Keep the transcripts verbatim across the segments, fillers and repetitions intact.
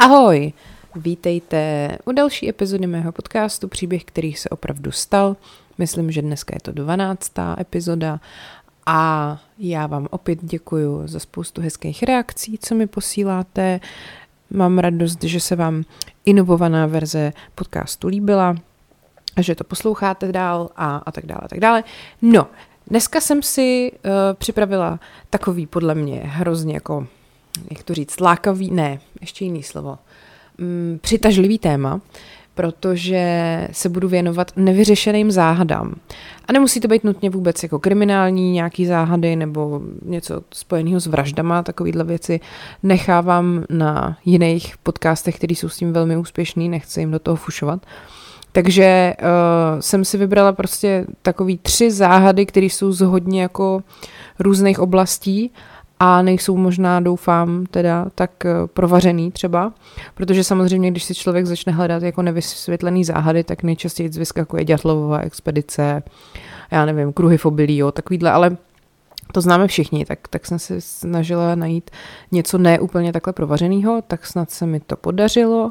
Ahoj, vítejte u další epizody mého podcastu Příběh, který se opravdu stal. Myslím, že dneska je to dvanáctá epizoda a já vám opět děkuju za spoustu hezkých reakcí, co mi posíláte. Mám radost, že se vám inovovaná verze podcastu líbila a že to posloucháte dál a, a tak dále, a tak dále. No, dneska jsem si uh, připravila takový podle mě hrozně jako, jak to říct, lákavý, ne, ještě jiný slovo, um, přitažlivý téma, protože se budu věnovat nevyřešeným záhadám. A nemusí to být nutně vůbec jako kriminální nějaký záhady nebo něco spojeného s vraždama, takovýhle věci nechávám na jiných podcastech, který jsou s tím velmi úspěšný, nechci jim do toho fušovat. Takže uh, jsem si vybrala prostě takový tři záhady, které jsou z hodně jako různých oblastí a nejsou možná, doufám, teda tak uh, provařený třeba, protože samozřejmě, když si člověk začne hledat jako nevysvětlený záhady, tak nejčastěji vyskakuje Ďatlovova expedice, já nevím, kruhy v obilí, jo, takovýhle, ale to známe všichni, tak, tak jsem se snažila najít něco neúplně takhle provařenýho, tak snad se mi to podařilo.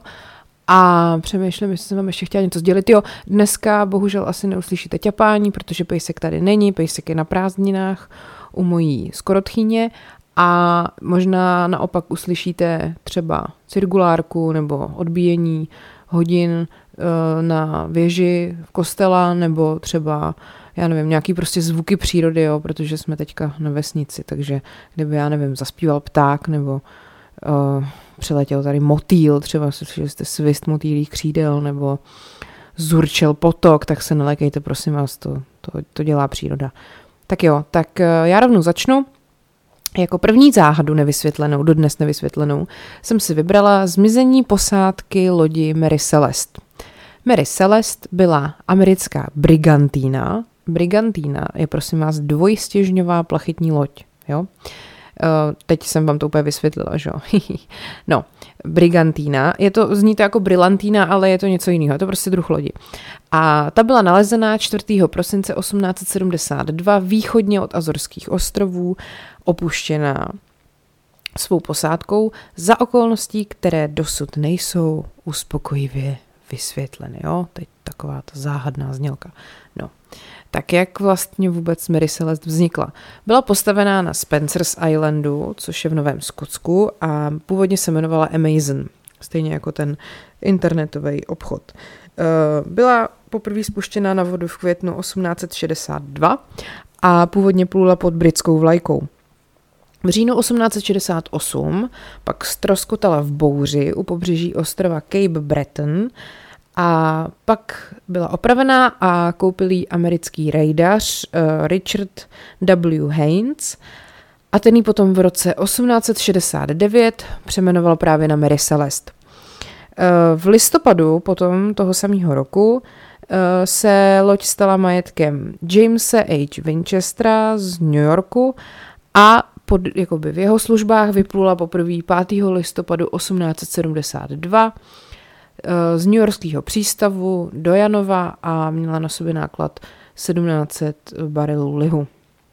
A přemýšlím, jestli jsem vám ještě chtěla něco sdělit. Jo, dneska bohužel asi neuslyšíte ťapání, protože pejsek tady není, pejsek je na prázdninách u mojí skorotchyně a možná naopak uslyšíte třeba cirkulárku nebo odbíjení hodin e, na věži v kostela nebo třeba, já nevím, nějaký prostě zvuky přírody, jo, protože jsme teďka na vesnici, takže kdyby, já nevím, zaspíval pták nebo Uh, přiletěl tady motýl, třeba slyšeli jste svist motýlích křídel nebo zurčel potok, tak se nelekejte, prosím vás, to, to, to dělá příroda. Tak jo, tak uh, já rovnou začnu. Jako první záhadu nevysvětlenou, dodnes nevysvětlenou, jsem si vybrala zmizení posádky lodi Mary Celeste. Mary Celeste byla americká brigantína. Brigantína je, prosím vás, dvojstěžňová plachetní loď, jo? Uh, teď jsem vám to úplně vysvětlila, že jo. No, brigantína, je to, zní to jako brilantína, ale je to něco jiného, je to prostě druh lodi. A ta byla nalezená čtvrtého prosince osmnáct set sedmdesát dva východně od Azorských ostrovů, opuštěná svou posádkou za okolností, které dosud nejsou uspokojivě vysvětleny, jo. Teď taková ta záhadná znělka. No. Tak jak vlastně vůbec Mary Celeste vznikla? Byla postavená na Spencer's Islandu, což je v Novém Skotsku a původně se jmenovala Amazon, stejně jako ten internetový obchod. Byla poprvé spuštěna na vodu v květnu osmnáct set šedesát dva a původně plula pod britskou vlajkou. V říjnu osmnáct set šedesát osm pak ztroskotala v bouři u pobřeží ostrova Cape Breton a pak byla opravená a koupil ji americký rejdař uh, Richard W. Haynes a ten ji potom v roce osmnáct set šedesát devět přeměnoval právě na Mary Celeste. Uh, v listopadu potom toho samého roku uh, se loď stala majetkem Jamese H. Winchestera z New Yorku a pod, jakoby v jeho službách vyplula poprvé pátého listopadu osmnáct set sedmdesát dva z newyorského přístavu do Janova a měla na sobě náklad sedmnáct set barelů lihu.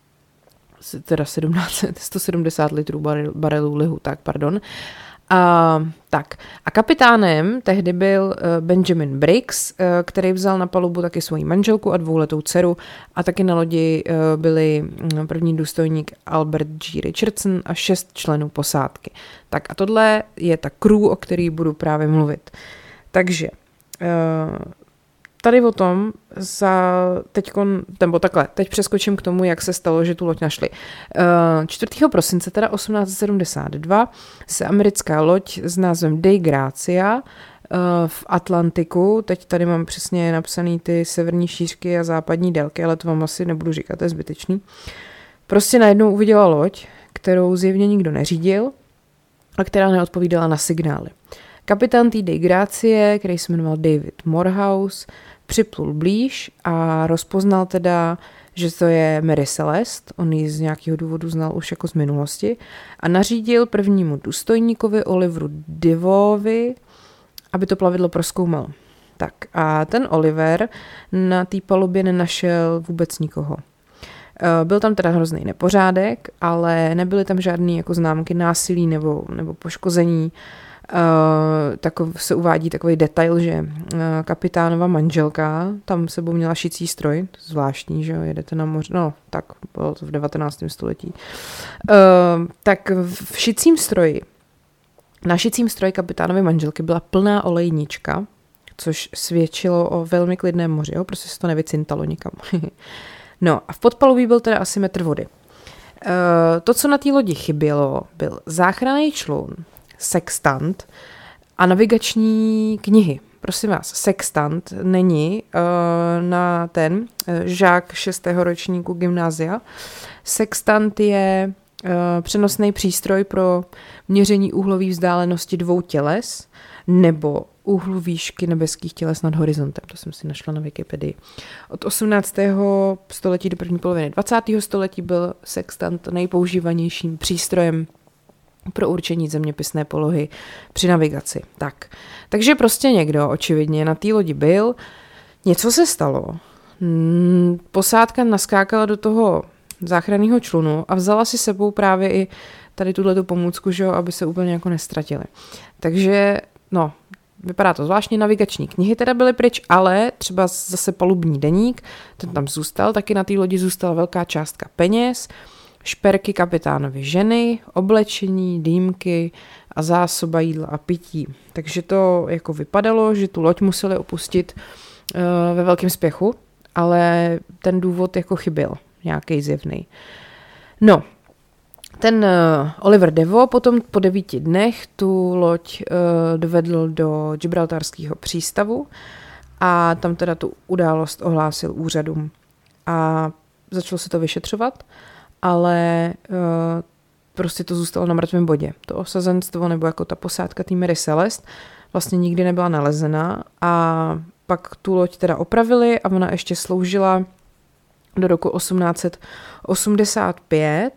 Teda sedmnáct set, sto sedmdesát litrů barelů lihu, tak pardon. A, tak. A kapitánem tehdy byl Benjamin Briggs, který vzal na palubu taky svoji manželku a dvouletou dceru a taky na lodi byli první důstojník Albert G. Richardson a šest členů posádky. Tak a tohle je ta crew, o který budu právě mluvit. Takže tady o tom za teďkon, nebo takhle, teď přeskočím k tomu, jak se stalo, že tu loď našli. čtvrtého prosince, teda osmnáct set sedmdesát dva, se americká loď s názvem Dei Gracia v Atlantiku, teď tady mám přesně napsaný ty severní šířky a západní délky, ale to vám asi nebudu říkat, to je zbytečný. Prostě najednou uviděla loď, kterou zjevně nikdo neřídil a která neodpovídala na signály. Kapitán té Dei Gracie, který se jmenoval David Morehouse, připlul blíž a rozpoznal teda, že to je Mary Celeste, on ji z nějakého důvodu znal už jako z minulosti, a nařídil prvnímu důstojníkovi Oliveru Divovi, aby to plavidlo prozkoumal. Tak a ten Oliver na té palubě nenašel vůbec nikoho. Byl tam teda hrozný nepořádek, ale nebyly tam žádný jako známky násilí nebo, nebo poškození. Uh, tak se uvádí takový detail, že uh, kapitánova manželka tam sebou měla šicí stroj, zvláštní, že jo, jedete na moře, no tak bylo to v devatenáctém století. Uh, tak v šicím stroji, na šicím stroji kapitánovy manželky byla plná olejnička, což svědčilo o velmi klidném moři, jo, prostě se to nevycintalo nikam. No a v podpalubí byl teda asi metr vody. Uh, to, co na té lodi chybělo, byl záchranný člun, sextant a navigační knihy. Prosím vás, sextant není uh, na ten uh, žák šestého ročníku gymnázia. Sextant je uh, přenosný přístroj pro měření úhlové vzdálenosti dvou těles nebo úhlu výšky nebeských těles nad horizontem. To jsem si našla na Wikipedii. Od osmnáctého století do první poloviny dvacátého století byl sextant nejpoužívanějším přístrojem pro určení zeměpisné polohy při navigaci. Tak. Takže prostě někdo očividně na té lodi byl, něco se stalo, posádka naskákala do toho záchranného člunu a vzala si sebou právě i tady tuhletu pomůcku, že jo, aby se úplně jako nestratili. Takže, no, vypadá to zvláštně, navigační knihy teda byly pryč, ale třeba zase palubní deník, ten tam zůstal, taky na té lodi zůstala velká částka peněz, šperky kapitánovy ženy, oblečení, dýmky a zásoba jídla a pití. Takže to jako vypadalo, že tu loď museli opustit uh, ve velkém spěchu, ale ten důvod jako chyběl, nějaký zjevný. No, ten uh, Oliver Devo potom po devíti dnech tu loď uh, dovedl do Gibraltarského přístavu a tam teda tu událost ohlásil úřadům a začalo se to vyšetřovat, ale uh, prostě to zůstalo na mrtvém bodě. To osazenstvo nebo jako ta posádka té Mary Celeste vlastně nikdy nebyla nalezena a pak tu loď teda opravili a ona ještě sloužila do roku osmnáct set osmdesát pět,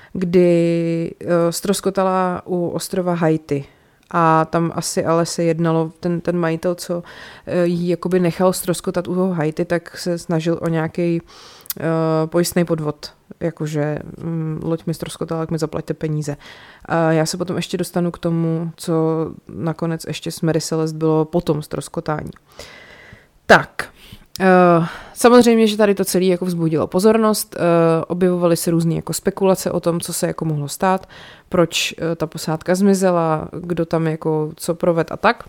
kdy uh, ztroskotala u ostrova Haiti. A tam asi ale se jednalo, ten, ten majitel, co uh, jí jakoby nechal ztroskotat u toho Haiti, tak se snažil o nějaký uh, pojistný podvod. Jakože um, loď mi ztroskotala, tak mi zaplaťte peníze. Uh, já se potom ještě dostanu k tomu, co nakonec ještě s Mary Celeste bylo potom ztroskotání. Tak, Uh, samozřejmě, že tady to celé jako vzbudilo pozornost, uh, objevovaly se různé jako spekulace o tom, co se jako mohlo stát, proč uh, ta posádka zmizela, kdo tam jako co proved a tak.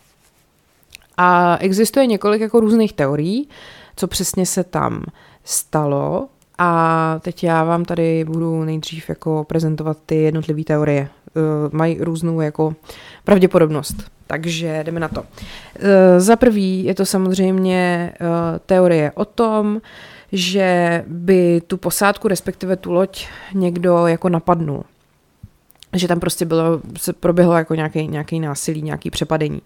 A existuje několik jako různých teorií, co přesně se tam stalo a teď já vám tady budu nejdřív jako prezentovat ty jednotlivé teorie. Uh, mají různou jako pravděpodobnost. Takže jdeme na to. Za prvý je to samozřejmě teorie o tom, že by tu posádku, respektive tu loď někdo jako napadnul. Že tam prostě bylo, se proběhlo jako nějaký, nějaký násilí, nějaký přepadení.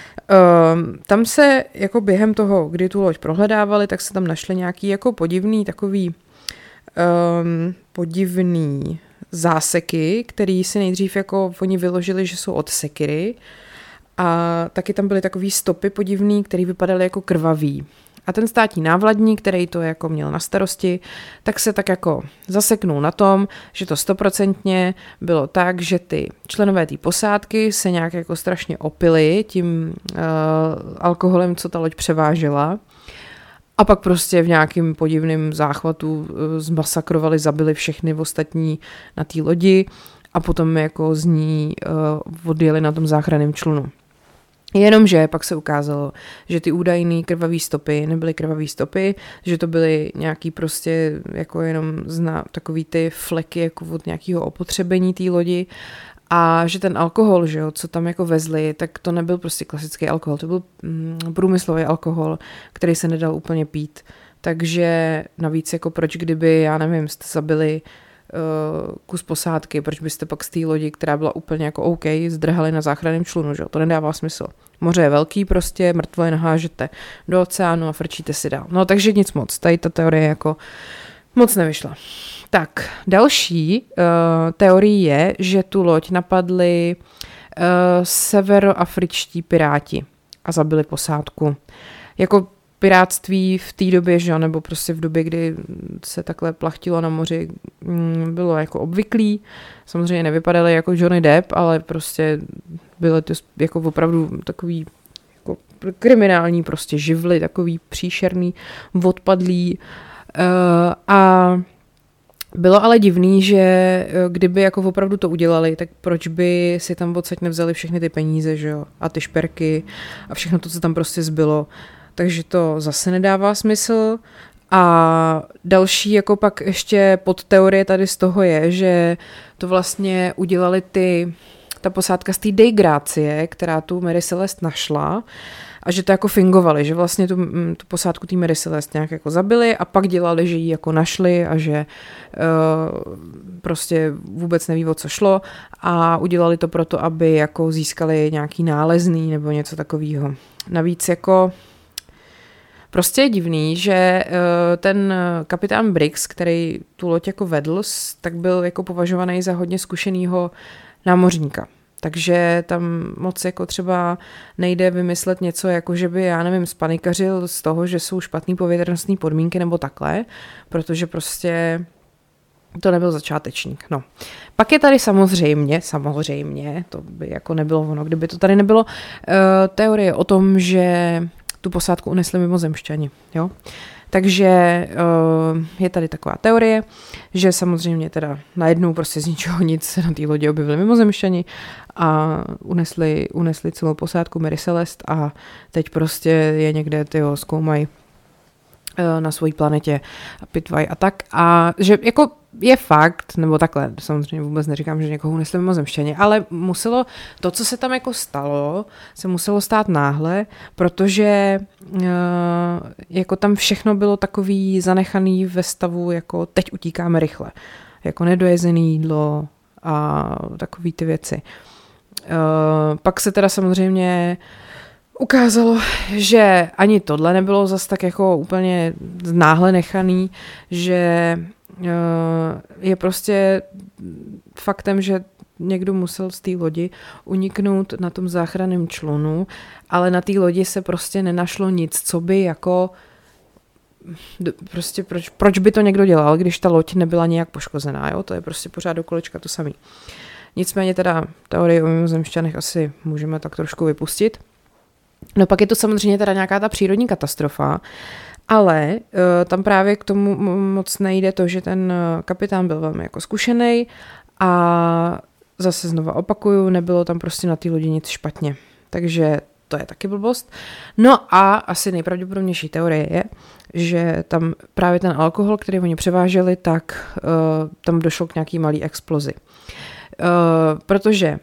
Tam se jako během toho, kdy tu loď prohledávali, tak se tam našli nějaký jako podivný takový um, podivný záseky, který si nejdřív jako oni vyložili, že jsou od sekiry. A taky tam byly takový stopy podivný, které vypadaly jako krvavý. A ten státní návladník, který to jako měl na starosti, tak se tak jako zaseknul na tom, že to stoprocentně bylo tak, že ty členové té posádky se nějak jako strašně opili tím uh, alkoholem, co ta loď převážela. A pak prostě v nějakým podivným záchvatu uh, zmasakrovali, zabili všechny ostatní na té lodi a potom jako z ní uh, odjeli na tom záchranném člunu. Jenomže pak se ukázalo, že ty údajné krvavé stopy nebyly krvavé stopy, že to byly nějaký prostě jako jenom zna, takový ty fleky jako od nějakého opotřebení té lodi a že ten alkohol, že jo, co tam jako vezli, tak to nebyl prostě klasický alkohol, to byl mm, průmyslový alkohol, který se nedal úplně pít. Takže navíc jako proč, kdyby, já nevím, jste zabili kus posádky, proč byste pak z té lodi, která byla úplně jako OK, zdrhali na záchranném člunu, že? To nedává smysl. Moře je velký, prostě mrtvoje nahážete do oceánu a frčíte si dál. No takže nic moc, tady ta teorie jako moc nevyšla. Tak, další uh, teorií je, že tu loď napadli uh, severoafričtí piráti a zabili posádku. Jako pirátství v té době, že, nebo prostě v době, kdy se takhle plachtilo na moři, bylo jako obvyklý. Samozřejmě nevypadaly jako Johnny Depp, ale prostě byly to jako opravdu takový jako kriminální prostě živly, takový příšerný, odpadlý. A bylo ale divný, že kdyby jako opravdu to udělali, tak proč by si tam odsaď nevzali všechny ty peníze, že jo, a ty šperky a všechno to, co tam prostě zbylo. Takže to zase nedává smysl. A další jako pak ještě podteorie tady z toho je, že to vlastně udělali ty, ta posádka z té Dei Grazie, která tu Mary Celeste našla, a že to jako fingovali, že vlastně tu, tu posádku té Mary Celeste nějak jako zabili a pak dělali, že ji jako našli a že uh, prostě vůbec neví, o co šlo a udělali to proto, aby jako získali nějaký nálezný nebo něco takového. Navíc jako prostě je divný, že uh, ten kapitán Briggs, který tu loď jako vedl, tak byl jako považovaný za hodně zkušenýho námořníka. Takže tam moc jako třeba nejde vymyslet něco, jako že by, já nevím, spanikařil z toho, že jsou špatný povětrnostní podmínky nebo takhle, protože prostě to nebyl začátečník. No. Pak je tady samozřejmě, samozřejmě, to by jako nebylo ono, kdyby to tady nebylo, uh, teorie o tom, že tu posádku unesli mimozemšťani, jo. Takže uh, je tady taková teorie, že samozřejmě teda najednou prostě z ničeho nic se na té lodi objevili mimozemšťani a unesli, unesli celou posádku Mary Celeste a teď prostě je někde, tyjo, zkoumají uh, na své planetě a pitvají a tak. A že jako je fakt, nebo takhle, samozřejmě vůbec neříkám, že někoho unesli mimozemšťani, ale muselo, to, co se tam jako stalo, se muselo stát náhle, protože uh, jako tam všechno bylo takový zanechaný ve stavu, jako teď utíkáme rychle, jako nedojezené jídlo a takový ty věci. Uh, pak se teda samozřejmě ukázalo, že ani tohle nebylo zas tak jako úplně náhle nechaný, že je prostě faktem, že někdo musel z té lodi uniknout na tom záchranném člunu, ale na té lodi se prostě nenašlo nic, co by jako prostě proč, proč by to někdo dělal, když ta loď nebyla nějak poškozená, jo? To je prostě pořád do kolečka to samý. Nicméně teda teorii o mimozemšťanech asi můžeme tak trošku vypustit. No pak je to samozřejmě teda nějaká ta přírodní katastrofa, ale uh, tam právě k tomu moc nejde to, že ten kapitán byl velmi jako zkušený a zase znova opakuju, nebylo tam prostě na té lodi nic špatně. Takže to je taky blbost. No a asi nejpravděpodobnější teorie je, že tam právě ten alkohol, který oni převáželi, tak uh, tam došlo k nějaký malý explozi. Uh, protože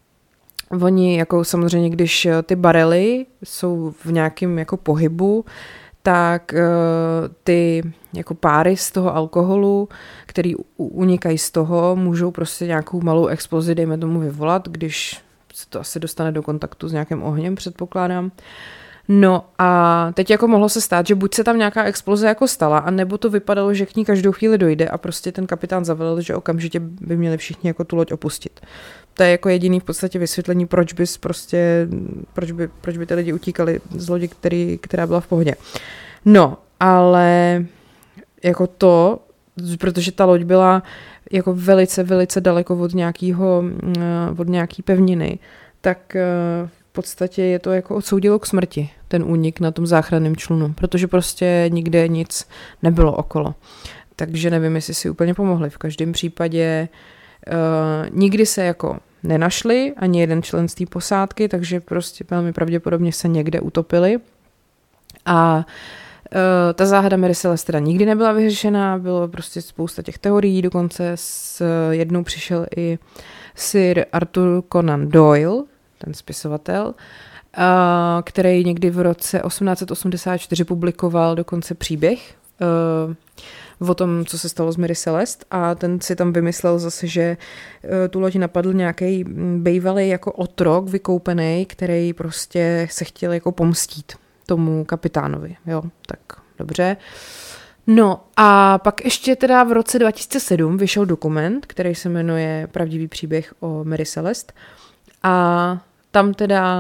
oni jako samozřejmě, když ty barely jsou v nějakém jako pohybu, tak uh, ty jako páry z toho alkoholu, který u- unikají z toho, můžou prostě nějakou malou explozi, dejme tomu, vyvolat, když se to asi dostane do kontaktu s nějakým ohněm, předpokládám. No a teď jako mohlo se stát, že buď se tam nějaká exploze jako stala, anebo to vypadalo, že k ní každou chvíli dojde a prostě ten kapitán zavelel, že okamžitě by měli všichni jako tu loď opustit. To je jako jediný v podstatě vysvětlení, proč bys prostě, proč by, proč by ty lidi utíkali z lodi, který, která byla v pohodě. No, ale jako to, protože ta loď byla jako velice, velice daleko od nějakého, od nějaký pevniny, tak v podstatě je to jako odsoudilo k smrti, ten únik na tom záchranném člunu, protože prostě nikde nic nebylo okolo. Takže nevím, jestli si úplně pomohli. V každém případě uh, nikdy se jako nenašli ani jeden člen z té posádky, takže prostě velmi pravděpodobně se někde utopili. A uh, ta záhada Mary Celeste teda nikdy nebyla vyřešená, bylo prostě spousta těch teorií, dokonce s jednou přišel i Sir Arthur Conan Doyle, ten spisovatel, uh, který někdy v roce osmnáct set osmdesát čtyři publikoval dokonce příběh uh, o tom, co se stalo s Mary Celeste, a ten si tam vymyslel zase, že uh, tu loď napadl nějaký bejvalý jako otrok vykoupený, který prostě se chtěl jako pomstít tomu kapitánovi, jo, tak dobře. No a pak ještě teda v roce dva tisíce sedm vyšel dokument, který se jmenuje Pravdivý příběh o Mary Celeste, a tam teda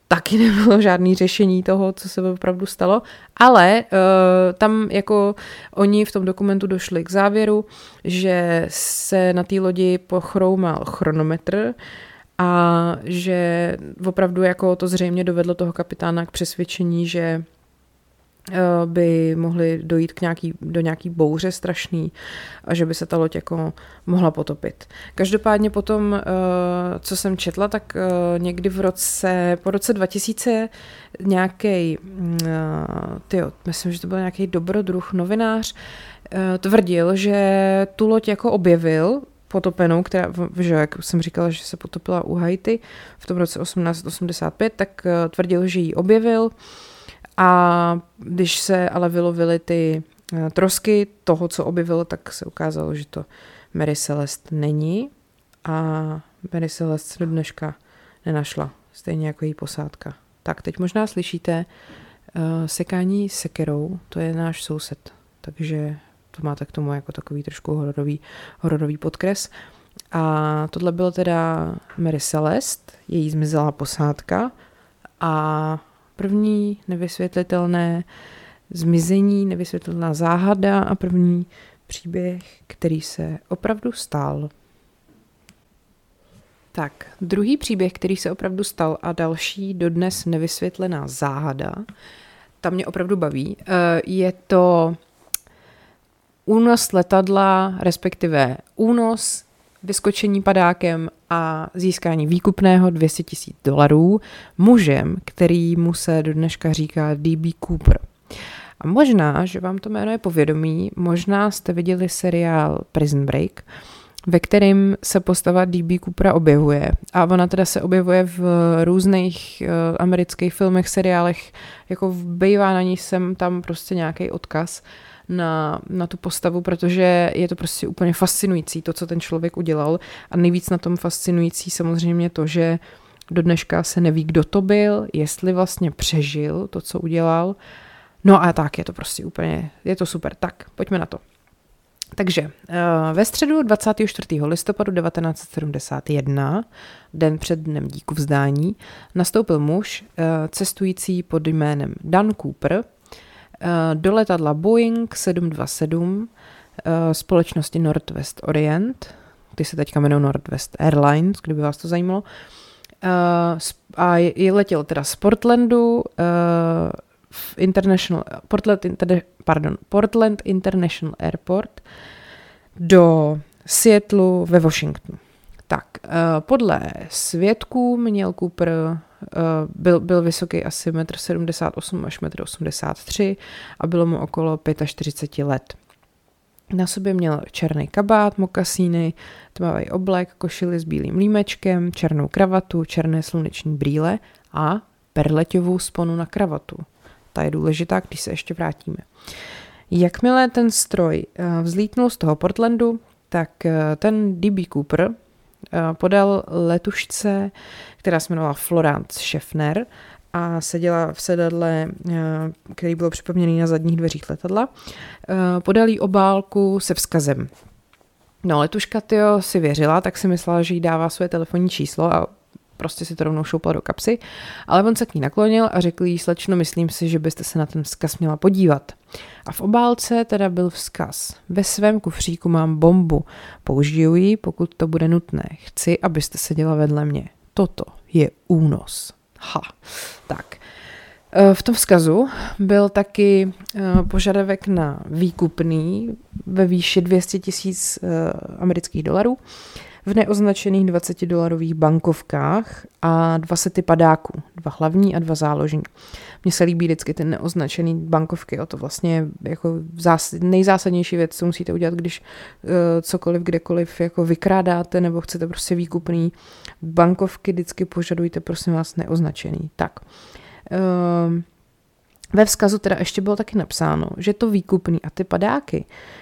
taky nebylo žádný řešení toho, co se opravdu stalo, ale uh, tam jako oni v tom dokumentu došli k závěru, že se na té lodi pochroumal chronometr a že opravdu jako to zřejmě dovedlo toho kapitána k přesvědčení, že by mohly dojít k nějaký, do nějaký bouře strašný a že by se ta loď jako mohla potopit. Každopádně potom, co jsem četla, tak někdy v roce, po roce dva tisíce nějaký, tyjo, myslím, že to byl nějaký dobrodruh novinář, tvrdil, že tu loď jako objevil potopenou, která, že jak jsem říkala, že se potopila u Haiti v tom roce osmnáct osmdesát pět, tak tvrdil, že ji objevil. A když se ale vylovily ty trosky toho, co objevil, tak se ukázalo, že to Mary Celeste není a Mary Celeste se do dneška nenašla, stejně jako její posádka. Tak teď možná slyšíte uh, sekání sekerou, to je náš soused, takže to máte k tomu jako takový trošku hororový, hororový podkres. A tohle bylo teda Mary Celeste, její zmizelá posádka a první nevysvětlitelné zmizení, nevysvětlitelná záhada a první příběh, který se opravdu stal. Tak, druhý příběh, který se opravdu stal a další dodnes nevysvětlená záhada, ta mě opravdu baví. Je to únos letadla, respektive únos, vyskočení padákem a získání výkupného dvě stě tisíc dolarů mužem, který mu se do dneška říká D B Cooper. A možná, že vám to jméno je povědomí, možná jste viděli seriál Prison Break, ve kterém se postava D B Coopera objevuje. A ona teda se objevuje v různých uh, amerických filmech, seriálech, jako bývá na ní sem tam prostě nějaký odkaz na, na tu postavu, protože je to prostě úplně fascinující, to, co ten člověk udělal. A nejvíc na tom fascinující samozřejmě to, že do dneška se neví, kdo to byl, jestli vlastně přežil to, co udělal. No a tak, je to prostě úplně, je to super. Tak, pojďme na to. Takže ve středu dvacátého čtvrtého listopadu devatenáct set sedmdesát jedna, den před dnem díku vzdání, nastoupil muž cestující pod jménem Dan Cooper do letadla Boeing sedm set dvacet sedm společnosti Northwest Orient, ty se teďka jmenují Northwest Airlines, kdyby vás to zajímalo, a je letěl teda z Portlandu v International, Portland, pardon, Portland International Airport do Seattlu ve Washingtonu. Tak, podle svědků měl Cooper, byl, byl vysoký asi metr sedmdesát osm až metr osmdesát tři a bylo mu okolo čtyřicet pět let. Na sobě měl černý kabát, mokasíny, tmavý oblek, košili s bílým límečkem, černou kravatu, černé sluneční brýle a perleťovou sponu na kravatu. Ta je důležitá, když se ještě vrátíme. Jakmile ten stroj vzlítnul z toho Portlandu, tak ten D B Cooper podal letušce, která se jmenovala Florence Schaffner a seděla v sedadle, který byl připevněný na zadních dveřích letadla, podal jí obálku se vzkazem. No, letuška tyjo si věřila, tak si myslela, že jí dává své telefonní číslo a prostě si to rovnou šoupla do kapsy, ale on se k ní naklonil a řekl jí: slečno, myslím si, že byste se na ten vzkaz měla podívat. A v obálce teda byl vzkaz: ve svém kufříku mám bombu, použiju ji, pokud to bude nutné. Chci, abyste seděla vedle mě. Toto je únos. Ha, tak. V tom vzkazu byl taky požadavek na výkupný ve výši dvě stě tisíc amerických dolarů v neoznačených dvacetidolarových bankovkách a dva sety padáků, dva hlavní a dva záložní. Mně se líbí vždycky ty neoznačený bankovky, o to vlastně jako zás, nejzásadnější věc, co musíte udělat, když uh, cokoliv, kdekoliv jako vykrádáte nebo chcete prostě výkupný bankovky, vždycky požadujte, prosím vás, neoznačený. Tak. Uh, ve vzkazu teda ještě bylo taky napsáno, že to výkupný a ty padáky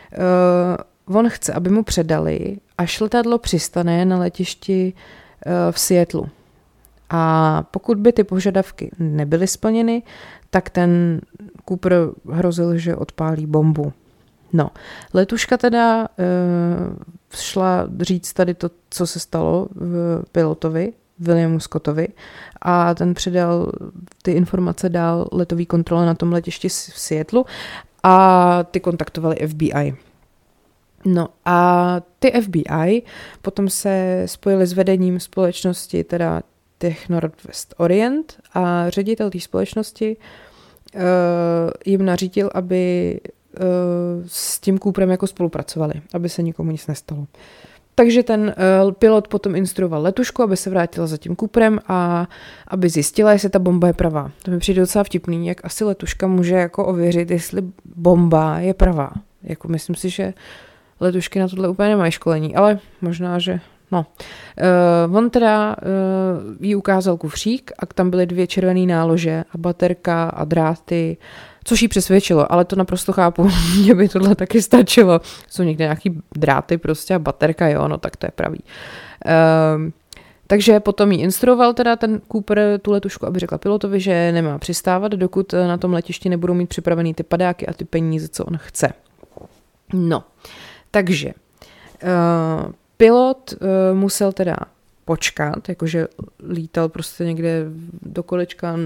uh, on chce, aby mu předali, až letadlo přistane na letišti v Seattlu. A pokud by ty požadavky nebyly splněny, tak ten Cooper hrozil, že odpálí bombu. No, letuška teda uh, šla říct tady to, co se stalo v pilotovi, Williamu Scottovi a ten předal ty informace dál letový kontrole na tom letišti v Seattlu a ty kontaktovali F B I. No a ty F B I potom se spojili s vedením společnosti, teda těch Northwest Orient a ředitel té společnosti uh, jim nařídil, aby uh, s tím Cooperem jako spolupracovali, aby se nikomu nic nestalo. Takže ten uh, pilot potom instruoval letušku, aby se vrátila za tím Cooperem a aby zjistila, jestli ta bomba je pravá. To mi přijde docela vtipný, jak asi letuška může jako ověřit, jestli bomba je pravá. Jako myslím si, že letušky na tohle úplně nemají školení, ale možná, že no. Uh, on teda uh, jí ukázal kufřík a tam byly dvě červené nálože a baterka a dráty, což jí přesvědčilo, ale to naprosto chápu, mně by tohle taky stačilo. Jsou někde nějaký dráty prostě a baterka, jo, no tak to je pravý. Uh, takže potom jí instruoval teda ten Cooper tu letušku, aby řekla pilotovi, že nemá přistávat, dokud na tom letišti nebudou mít připravený ty padáky a ty peníze, co on chce. No, takže uh, pilot uh, musel teda počkat, jakože lítal prostě někde do kolečka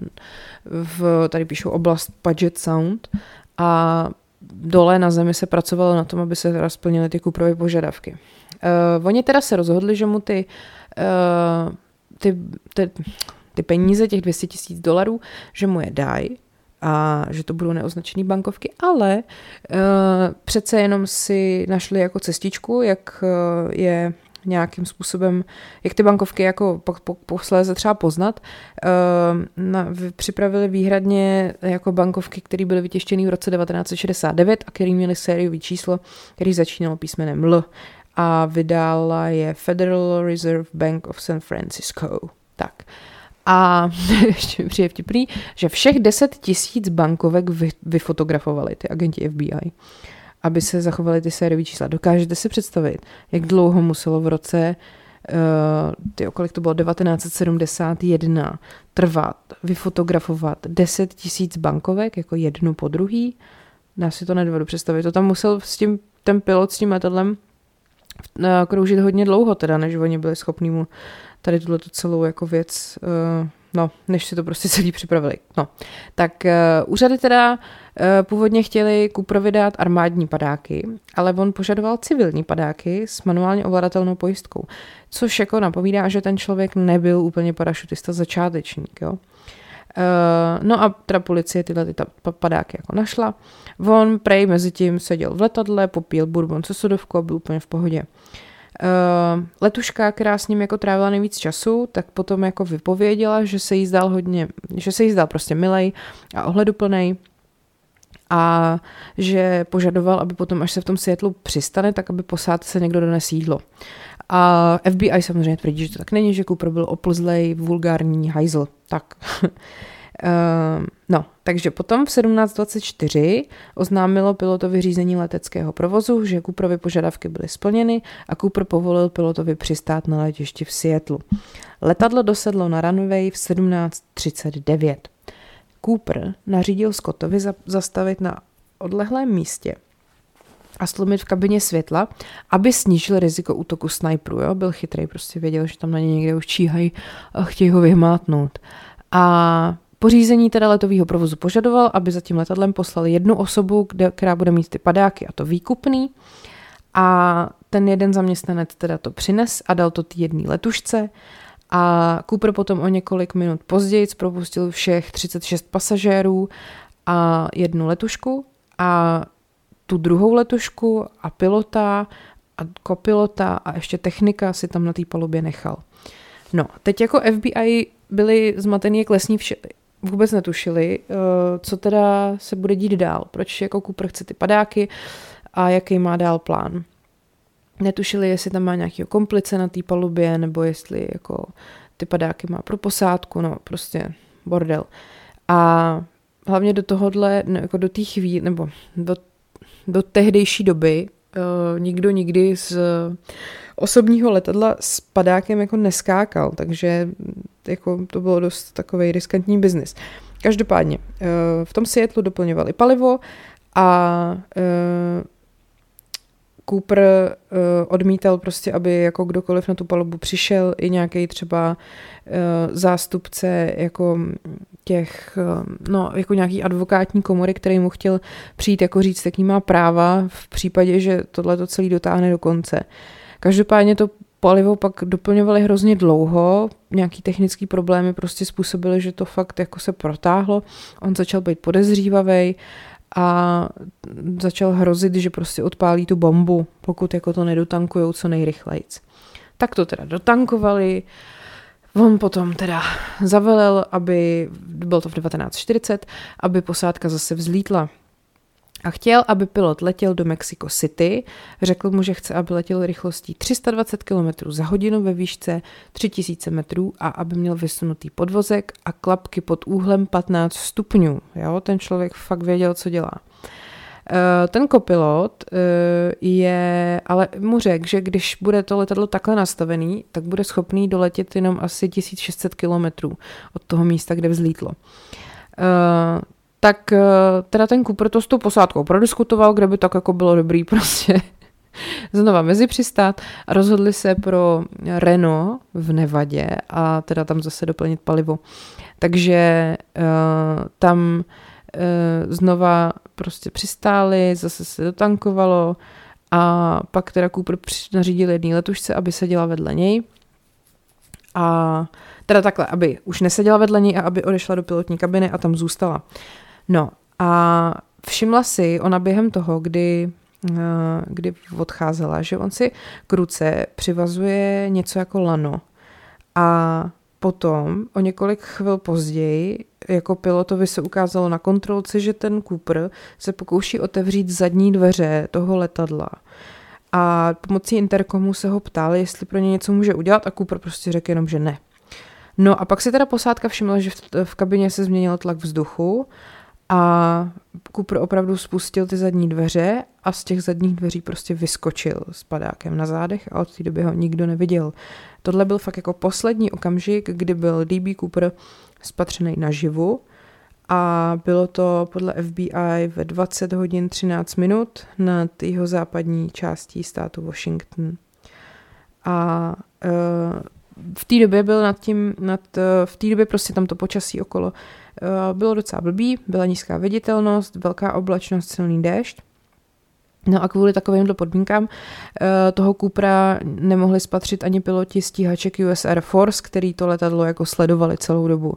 v, tady píšou oblast Puget Sound a dole na zemi se pracovalo na tom, aby se teda splnily ty Cooperovy požadavky. Uh, oni teda se rozhodli, že mu ty, uh, ty, ty, ty peníze, těch dvě stě tisíc dolarů, že mu je dají a že to budou neoznačené bankovky, ale uh, přece jenom si našli jako cestičku, jak uh, je nějakým způsobem, jak ty bankovky jako po, po, posléze třeba poznat. Uh, na, připravili výhradně jako bankovky, které byly vytištěny v roce devatenáct set šedesát devět a které měly sériové číslo, který začínalo písmenem L a vydala je Federal Reserve Bank of San Francisco. Tak. A ještě mi přijde vtipný, že všech deset tisíc bankovek vy, vyfotografovali ty agenti F B I, aby se zachovaly ty sériové čísla. Dokážete si představit, jak dlouho muselo v roce, uh, ty kolik to bylo, devatenáct set sedmdesát jedna trvat, vyfotografovat deset tisíc bankovek, jako jednu po druhý? Já si to nedovedu představit. To tam musel s tím, ten pilot s tím letadlem uh, kroužit hodně dlouho, teda, než oni byli schopní mu tady tuhletu celou jako věc, uh, no, než si to prostě celý připravili. No, tak uh, úřady teda uh, původně chtěli Cooperovi dát armádní padáky, ale on požadoval civilní padáky s manuálně ovladatelnou pojistkou, což jako napovídá, že ten člověk nebyl úplně parašutista začátečník, jo. Uh, no a teda policie tyhle ty padáky jako našla. On prej mezi tím seděl v letadle, popíl bourbon se sodovkou a byl úplně v pohodě. Uh, letuška, která s ním jako trávila nejvíc času, tak potom jako vypověděla, že se jí zdál hodně, že se jí zdál prostě milej a ohleduplnej a že požadoval, aby potom, až se v tom Seattlu přistane, tak aby posádce někdo donesl jídlo. A F B I samozřejmě tvrdí, že to tak není, že Cooper byl oplzlej, vulgární hajzl. Tak. Uh, no, takže potom v sedmnáct dvacet čtyři oznámilo pilotovi řízení leteckého provozu, že Cooperovy požadavky byly splněny a Cooper povolil pilotovi přistát na letišti v Seattlu. Letadlo dosedlo na runway v sedmnáct třicet devět. Cooper nařídil Scottovi za- zastavit na odlehlém místě a stlumit v kabině světla, aby snížil riziko útoku snajperů. Jo? Byl chytrý, prostě věděl, že tam na ně někde už číhají a chtějí ho vyhmátnout. A pořízení teda letového provozu požadoval, aby za tím letadlem poslali jednu osobu, kde, která bude mít ty padáky a to výkupný. A ten jeden zaměstnanec teda to přines a dal to té jedné letušce. A Cooper potom o několik minut později propustil všech třicet šest pasažérů a jednu letušku a tu druhou letušku a pilota a kopilota a ještě technika si tam na té palubě nechal. No, teď jako F B I byli zmatený jak lesní vše, vůbec netušili, co teda se bude dít dál, proč jako Cooper chce ty padáky a jaký má dál plán. Netušili, jestli tam má nějakého komplice na té palubě, nebo jestli jako ty padáky má pro posádku, no prostě bordel. A hlavně do tohohle, no, jako do té chvíli, nebo do, do tehdejší doby uh, nikdo nikdy z osobního letadla s padákem jako neskákal, takže jako to bylo dost takovej riskantní biznis. Každopádně uh, v tom Seattlu doplňovali palivo a uh, Cooper uh, odmítal prostě, aby jako kdokoliv na tu palubu přišel, i nějaký třeba uh, zástupce jako těch, uh, no jako nějaký advokátní komory, který mu chtěl přijít jako říct, jaký má práva v případě, že tohle to celý dotáhne do konce. Každopádně to palivo pak doplňovali hrozně dlouho, nějaký technický problémy prostě způsobily, že to fakt jako se protáhlo, on začal být podezřívavej a začal hrozit, že prostě odpálí tu bombu, pokud jako to nedotankujou co nejrychlejc. Tak to teda dotankovali, on potom teda zavelel, aby, bylo to v devatenáct čtyřicet, aby posádka zase vzlítla. A chtěl, aby pilot letěl do Mexico City, řekl mu, že chce, aby letěl rychlostí tři sta dvacet kilometrů za hodinu ve výšce tři tisíce metrů a aby měl vysunutý podvozek a klapky pod úhlem patnáct stupňů. Jo? Ten člověk fakt věděl, co dělá. Ten kopilot je, ale mu řekl, že když bude to letadlo takhle nastavený, tak bude schopný doletět jenom asi tisíc šest set kilometrů od toho místa, kde vzlítlo. Tak teda ten Cooper to s tou posádkou prodiskutoval, kde by tak jako bylo dobrý prostě znova mezi přistát a rozhodli se pro Reno v Nevadě a teda tam zase doplnit palivo. Takže uh, tam uh, znova prostě přistáli, zase se dotankovalo a pak teda Cooper nařídil jedné letušce, aby seděla vedle něj a teda takhle, aby už neseděla vedle něj a aby odešla do pilotní kabiny a tam zůstala. No a všimla si ona během toho, kdy, kdy odcházela, že on si k ruce přivazuje něco jako lano a potom o několik chvil později jako pilotovi se ukázalo na kontrolce, že ten Cooper se pokouší otevřít zadní dveře toho letadla a pomocí interkomu se ho ptali, jestli pro ně něco může udělat a Cooper prostě řekl jenom, že ne. No a pak si teda posádka všimla, že v, v kabině se změnil tlak vzduchu a Cooper opravdu spustil ty zadní dveře a z těch zadních dveří prostě vyskočil s padákem na zádech a od té doby ho nikdo neviděl. Tohle byl fakt jako poslední okamžik, kdy byl D B Cooper spatřený naživu a bylo to podle F B I ve dvacet hodin třináct minut nad jeho západní částí státu Washington. A uh, v té době byl nad tím, nad, v té době prostě tam to počasí okolo bylo docela blbý, byla nízká viditelnost, velká oblačnost, silný déšť. No a kvůli takovýmto podmínkám toho Coopera nemohli spatřit ani piloti stíhaček U S Air Force, který to letadlo jako sledovali celou dobu.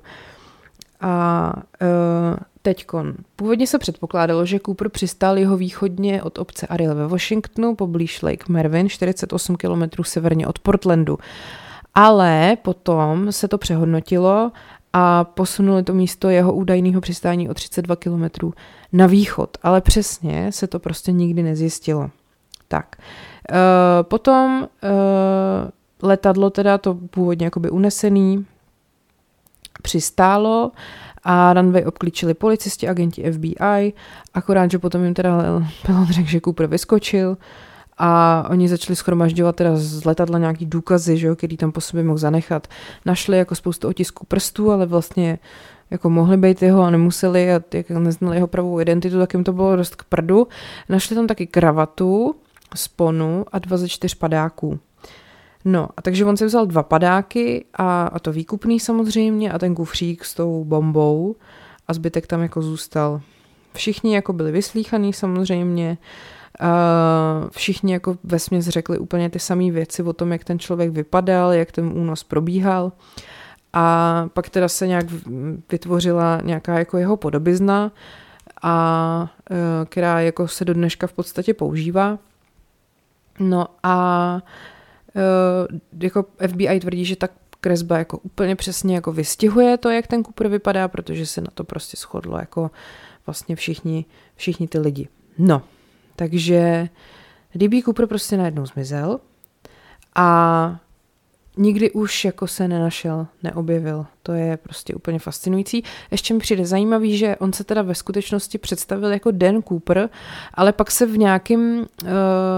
A teďkon. Původně se předpokládalo, že Cooper přistál jeho východně od obce Ariel ve Washingtonu, poblíž Lake Mervyn, čtyřicet osm kilometrů severně od Portlandu. Ale potom se to přehodnotilo a posunuli to místo jeho údajného přistání o třicet dva kilometrů na východ. Ale přesně se to prostě nikdy nezjistilo. Tak. E, potom e, letadlo teda to původně jakoby unesený přistálo a runway obklíčili policisti, agenti F B I, akorát, že potom jim teda pilot řekl, že Cooper vyskočil a oni začali shromažďovat teda z letadla nějaký důkazy, že jo, který tam po sobě mohl zanechat. Našli jako spoustu otisků prstů, ale vlastně jako mohli být jeho a nemuseli a jak neznali jeho pravou identitu, tak jim to bylo dost k prdu. Našli tam taky kravatu, sponu a dva ze čtyř padáků. No, a takže on si vzal dva padáky a, a to výkupný samozřejmě a ten kufřík s tou bombou a zbytek tam jako zůstal. Všichni jako byli vyslíchaný samozřejmě, Uh, všichni jako vesměs řekli úplně ty samé věci o tom, jak ten člověk vypadal, jak ten únos probíhal a pak teda se nějak vytvořila nějaká jako jeho podobizna, a, uh, která jako se do dneška v podstatě používá. No a uh, jako F B I tvrdí, že ta kresba jako úplně přesně jako vystihuje to, jak ten Cooper vypadá, protože se na to prostě shodlo jako vlastně všichni, všichni ty lidi. No. Takže D B Cooper prostě najednou zmizel a nikdy už jako se nenašel, neobjevil. To je prostě úplně fascinující. Ještě mi přijde zajímavý, že on se teda ve skutečnosti představil jako Dan Cooper, ale pak se v nějakým, uh,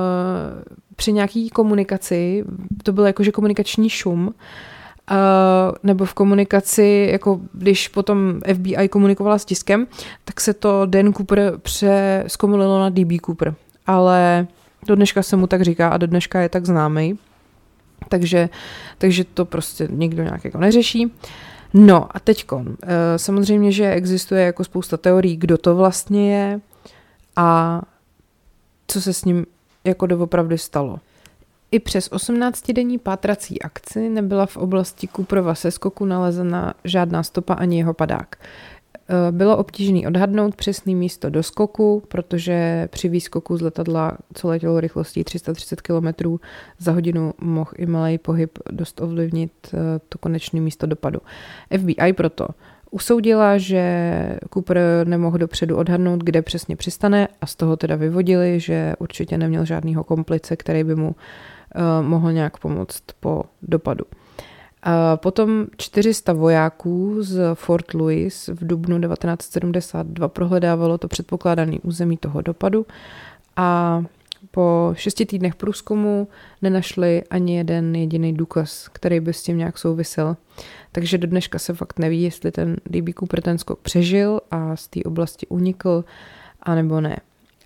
při nějaký komunikaci, to byl jakože komunikační šum, uh, nebo v komunikaci, jako když potom F B I komunikovala s tiskem, tak se to Dan Cooper přeskomolilo na D B Cooper. Ale Do dneška se mu tak říká a do dneška je tak známý. Takže, takže to prostě nikdo nějak jako neřeší. No a teďko, samozřejmě, že existuje jako spousta teorií, kdo to vlastně je a co se s ním jako doopravdy stalo. I přes osmnáctidenní pátrací akci nebyla v oblasti Cooperova seskoku nalezena žádná stopa ani jeho padák. Bylo obtížné odhadnout přesné místo do skoku, protože při výskoku z letadla, co letělo rychlostí tři sta třicet kilometrů za hodinu, mohl i malý pohyb dost ovlivnit to konečné místo dopadu. F B I proto usoudila, že Cooper nemohl dopředu odhadnout, kde přesně přistane a z toho teda vyvodili, že určitě neměl žádnýho komplice, který by mu uh, mohl nějak pomoct po dopadu. A potom čtyři sta vojáků z Fort Louis v dubnu devatenáct set sedmdesát dva prohledávalo to předpokládané území toho dopadu a po šesti týdnech průzkumu nenašli ani jeden jediný důkaz, který by s tím nějak souvisel. Takže do dneška se fakt neví, jestli ten D B Cooper ten skok přežil a z té oblasti unikl, anebo ne.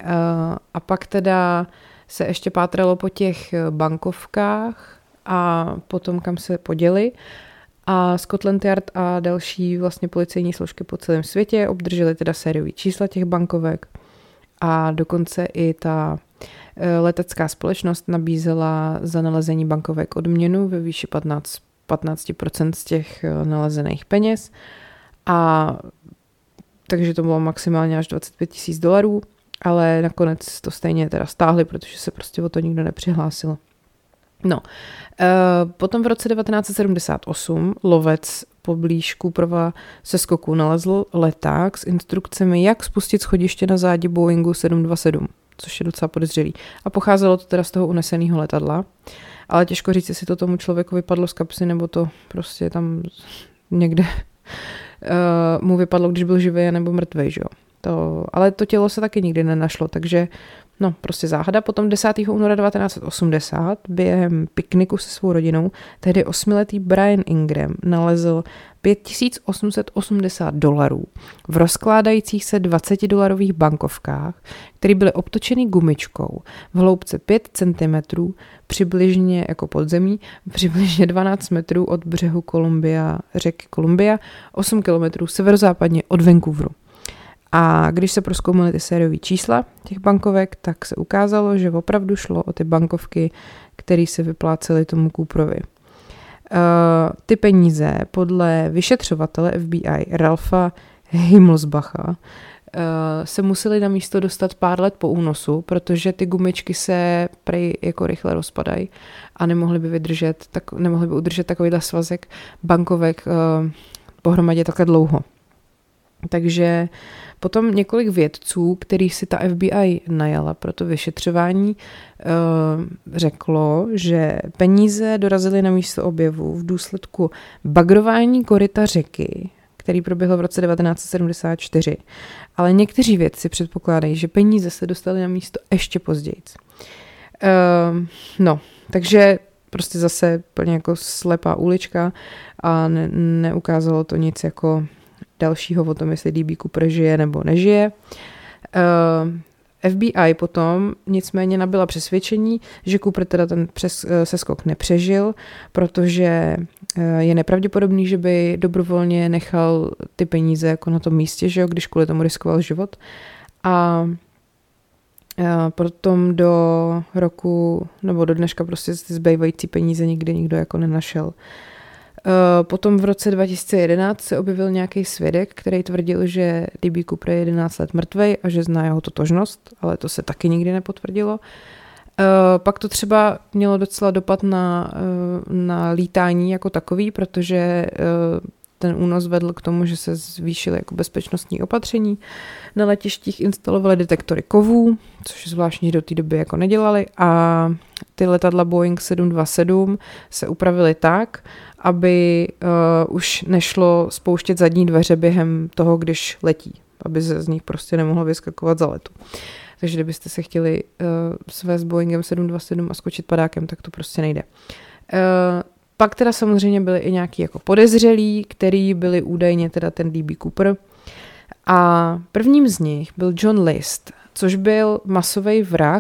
A pak teda se ještě pátralo po těch bankovkách a potom kam se poděli. A Scotland Yard a další vlastně policejní složky po celém světě obdrželi teda sériový čísla těch bankovek a dokonce i ta letecká společnost nabízela za nalezení bankovek odměnu ve výši patnáct, patnáct procent z těch nalezených peněz a takže to bylo maximálně až dvacet pět tisíc dolarů, ale nakonec to stejně teda stáhli, protože se prostě o to nikdo nepřihlásil. No, e, potom v roce devatenáct set sedmdesát osm lovec poblíž Cooperova seskoku nalezl leták s instrukcemi, jak spustit schodiště na zádi Boeingu sedm dvacet sedm, což je docela podezřelý. A pocházelo to teda z toho uneseného letadla, ale těžko říct, jestli to tomu člověku vypadlo z kapsy, nebo to prostě tam někde uh, mu vypadlo, když byl živý, nebo mrtvej, že jo. To, ale to tělo se taky nikdy nenašlo, takže no, prostě záhada. Potom desátého února devatenáct set osmdesát během pikniku se svou rodinou tehdy osmiletý Brian Ingram nalezl pět tisíc osm set osmdesát dolarů v rozkládajících se dvacetidolarových bankovkách, které byly obtočeny gumičkou v hloubce pět centimetrů, přibližně jako podzemí, přibližně dvanáct metrů od břehu Columbia, řeky Columbia, osm kilometrů severozápadně od Vancouveru. A když se prozkoumaly ty sériové čísla těch bankovek, tak se ukázalo, že opravdu šlo o ty bankovky, které se vyplácely tomu Cooperovi. Uh, ty peníze podle vyšetřovatele F B I Ralpha Himmelsbacha uh, se museli na místo dostat pár let po únosu, protože ty gumičky se prej jako rychle rozpadají a nemohly by vydržet, tak, nemohly by udržet takovýhle svazek bankovek uh, pohromadě takhle dlouho. Takže potom několik vědců, který si ta F B I najala pro to vyšetřování, řeklo, že peníze dorazily na místo objevu v důsledku bagrování koryta řeky, který proběhl v roce devatenáct set sedmdesát čtyři. Ale někteří vědci předpokládají, že peníze se dostaly na místo ještě později. No, takže prostě zase plně jako slepá ulička a ne, neukázalo to nic jako dalšího o tom, jestli D B Cooper žije nebo nežije. Uh, F B I potom nicméně nabyla přesvědčení, že Cooper teda ten přes, uh, seskok nepřežil, protože uh, je nepravděpodobný, že by dobrovolně nechal ty peníze jako na tom místě, že jo, když kvůli tomu riskoval život. A uh, potom do roku, nebo do dneška prostě ty zbývající peníze nikdy nikdo jako nenašel. Potom v roce dva tisíce jedenáct se objevil nějaký svědek, který tvrdil, že D B Cooper je jedenáct let mrtvej a že zná jeho totožnost, ale to se taky nikdy nepotvrdilo. Pak to třeba mělo docela dopad na, na lítání jako takový, protože ten únos vedl k tomu, že se zvýšily jako bezpečnostní opatření. Na letištích instalovali detektory kovů, což zvláštní do té doby jako nedělali, a ty letadla Boeing sedm dvacet sedm se upravily tak, aby uh, už nešlo spouštět zadní dveře během toho, když letí, aby se z nich prostě nemohlo vyskakovat za letu. Takže kdybyste se chtěli uh, svést Boeingem sedm dvacet sedm a skočit padákem, tak to prostě nejde. Uh, pak teda samozřejmě byli i nějaký jako podezřelí, který byli údajně teda ten D B Cooper. A prvním z nich byl John List, což byl masový vrah,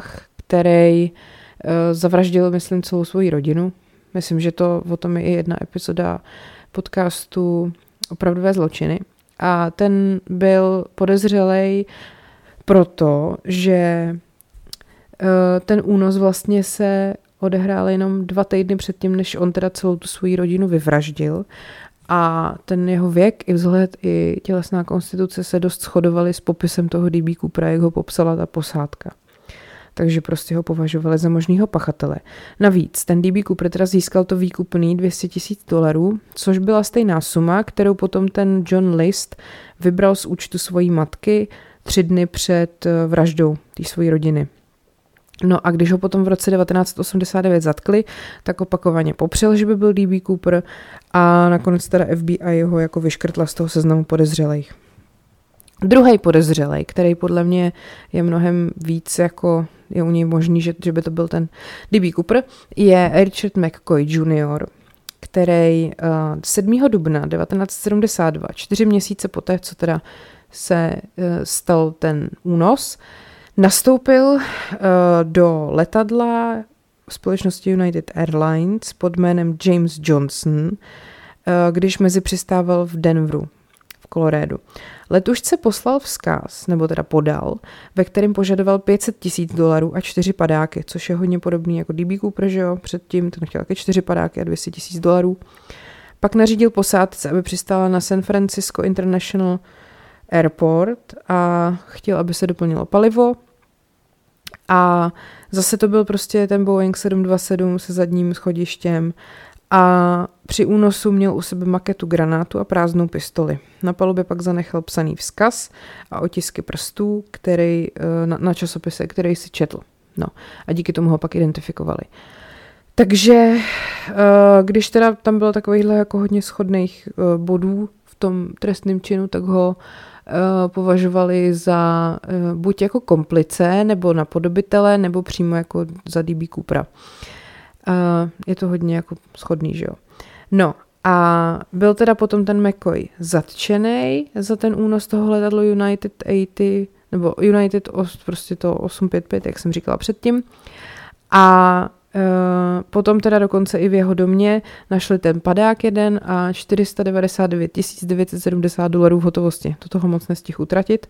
který uh, zavraždil, myslím, celou svoji rodinu. Myslím, že to o tom je i jedna epizoda podcastu Opravdové zločiny. A ten byl podezřelej proto, že uh, ten únos vlastně se odehrál jenom dva týdny předtím, než on teda celou tu svoji rodinu vyvraždil. A ten jeho věk, i vzhled, i tělesná konstituce se dost shodovaly s popisem toho D B. Coopera, jak ho popsala ta posádka. Takže prostě ho považovali za možného pachatele. Navíc ten D B. Cooper teda získal to výkupný dvě stě tisíc dolarů, což byla stejná suma, kterou potom ten John List vybral z účtu svojí matky tři dny před vraždou té svojí rodiny. No a když ho potom v roce devatenáct osmdesát devět zatkli, tak opakovaně popřel, že by byl D B. Cooper a nakonec teda F B I ho jako vyškrtla z toho seznamu podezřelých. Druhý podezřelej, který podle mě je mnohem víc jako je u něj možný, že, že by to byl ten D B. Cooper, je Richard McCoy junior, který uh, sedmého dubna devatenáct sedmdesát dva, čtyři měsíce poté, co teda se uh, stal ten únos, nastoupil uh, do letadla společnosti United Airlines pod jménem James Johnson, uh, když mezi přistával v Denveru, v Coloradu. Letušce poslal vzkaz, nebo teda podal, ve kterém požadoval pět set tisíc dolarů a čtyři padáky, což je hodně podobný jako D B. Cooper, že jo, předtím ten chtěl taky čtyři padáky a dvě stě tisíc dolarů. Pak nařídil posádce, aby přistála na San Francisco International Airport a chtěl, aby se doplnilo palivo. A zase to byl prostě ten Boeing sedm dvacet sedm se zadním schodištěm a při únosu měl u sebe maketu granátu a prázdnou pistoli. Na palubě pak zanechal psaný vzkaz a otisky prstů, který, na, na časopise, který si četl. No a díky tomu ho pak identifikovali. Takže když teda tam bylo takovýchhle jako hodně shodných bodů v tom trestném činu, tak ho považovali za buď jako komplice, nebo napodobitele, nebo přímo jako za D B. Coopera. Je to hodně jako shodný, že jo. No a byl teda potom ten McCoy zatčenej za ten únos toho letadlo United osmdesát, nebo United prostě to osm pět pět, jak jsem říkala předtím. A Uh, potom teda dokonce i v jeho domě našli ten padák jeden a čtyři sta devadesát devět tisíc devět set sedmdesát dolarů v hotovosti. To toho moc nestihl utratit.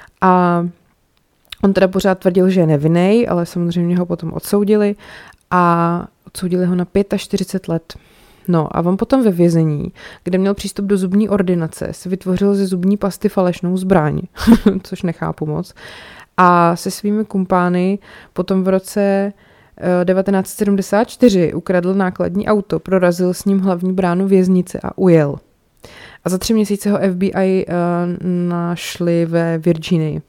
A on teda pořád tvrdil, že je nevinnej, ale samozřejmě ho potom odsoudili a odsoudili ho na čtyřicet pět let. No a on potom ve vězení, kde měl přístup do zubní ordinace, si vytvořil ze zubní pasty falešnou zbraň, což nechápu moc. A se svými kumpány potom v roce devatenáct sedmdesát čtyři ukradl nákladní auto, prorazil s ním hlavní bránu věznice a ujel. A za tři měsíce ho F B I uh, našli ve Virginii.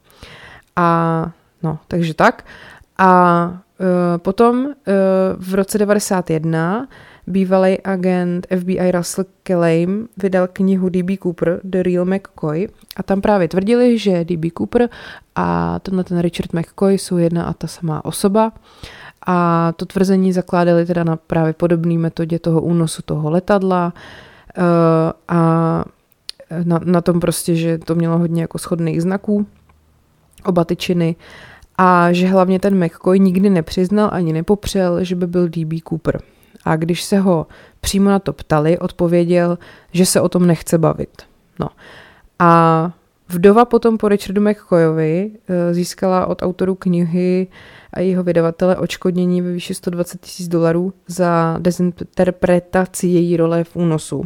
A no, takže tak. A uh, potom uh, v roce devadesát jedna bývalý agent F B I Russell Kelleim vydal knihu D B. Cooper, The Real McCoy, a tam právě tvrdili, že D B. Cooper a tenhle ten Richard McCoy jsou jedna a ta samá osoba. A to tvrzení zakládali teda na právě podobné metodě toho únosu toho letadla uh, a na, na tom prostě, že to mělo hodně jako shodných znaků, oba ty činy, a že hlavně ten McCoy nikdy nepřiznal ani nepopřel, že by byl D B. Cooper. A když se ho přímo na to ptali, odpověděl, že se o tom nechce bavit. No. A vdova potom po Richardu McCoyovi získala od autorů knihy a jeho vydavatele odškodnění ve výši sto dvacet tisíc dolarů za dezinterpretaci její role v únosu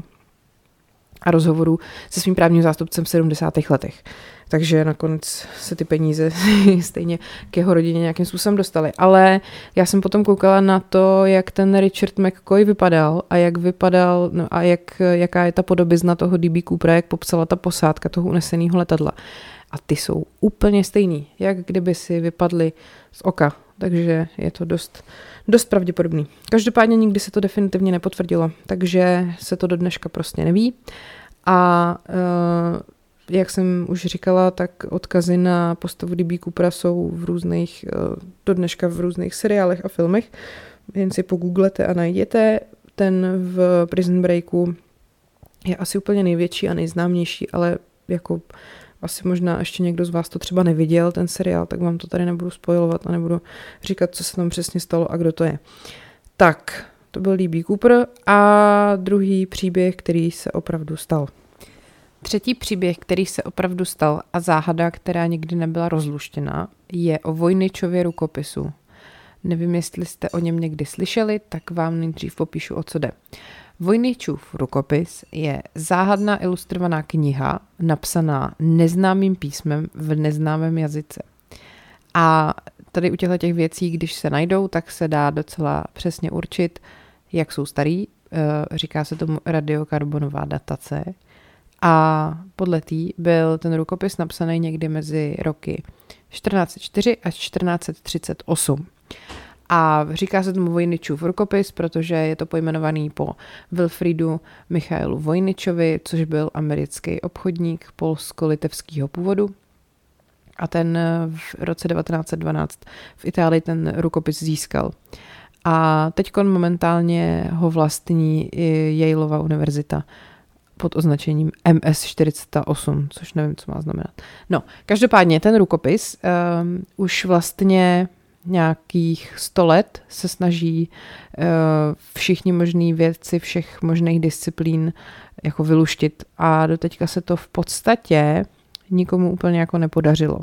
a rozhovoru se svým právním zástupcem v sedmdesátých letech. Takže nakonec se ty peníze stejně k jeho rodině nějakým způsobem dostaly. Ale já jsem potom koukala na to, jak ten Richard McCoy vypadal a jak vypadal, no a jak, jaká je ta podobizna toho D B. Coopera, jak popsala ta posádka toho uneseného letadla. A ty jsou úplně stejný, jak kdyby si vypadly z oka. Takže je to dost, dost pravděpodobný. Každopádně nikdy se to definitivně nepotvrdilo, takže se to do dneška prostě neví. A uh, jak jsem už říkala, tak odkazy na postavu D B. Coopera jsou v různých, uh, do dneška v různých seriálech a filmech. Jen si pogooglete a najděte. Ten v Prison Breaku je asi úplně největší a nejznámější, ale jako asi možná ještě někdo z vás to třeba neviděl, ten seriál, tak vám to tady nebudu spoilovat a nebudu říkat, co se tam přesně stalo a kdo to je. Tak, to byl D B Cooper a druhý příběh, který se opravdu stal. Třetí příběh, který se opravdu stal a záhada, která nikdy nebyla rozluštěná, je o Voyničově rukopisu. Nevím, jestli jste o něm někdy slyšeli, tak vám nejdřív popíšu, o co jde. Voyničův rukopis je záhadná ilustrovaná kniha, napsaná neznámým písmem v neznámém jazyce. A tady u těchto těch věcí, když se najdou, tak se dá docela přesně určit, jak jsou starý. Říká se tomu radiokarbonová datace. A podle tý byl ten rukopis napsaný někdy mezi roky čtrnáct set čtyři až čtrnáct set třicet osm. A říká se tomu Voyničův rukopis, protože je to pojmenovaný po Wilfridu Michailu Voyničovi, což byl americký obchodník polsko-litevského původu. A ten v roce devatenáct set dvanáct v Itálii ten rukopis získal. A teďkon momentálně ho vlastní i Yaleova univerzita pod označením M S čtyřicet osm, což nevím, co má znamenat. No, každopádně ten rukopis um, už vlastně nějakých sto let se snaží uh, všichni možný vědci všech možných disciplín jako vyluštit a doteďka se to v podstatě nikomu úplně jako nepodařilo.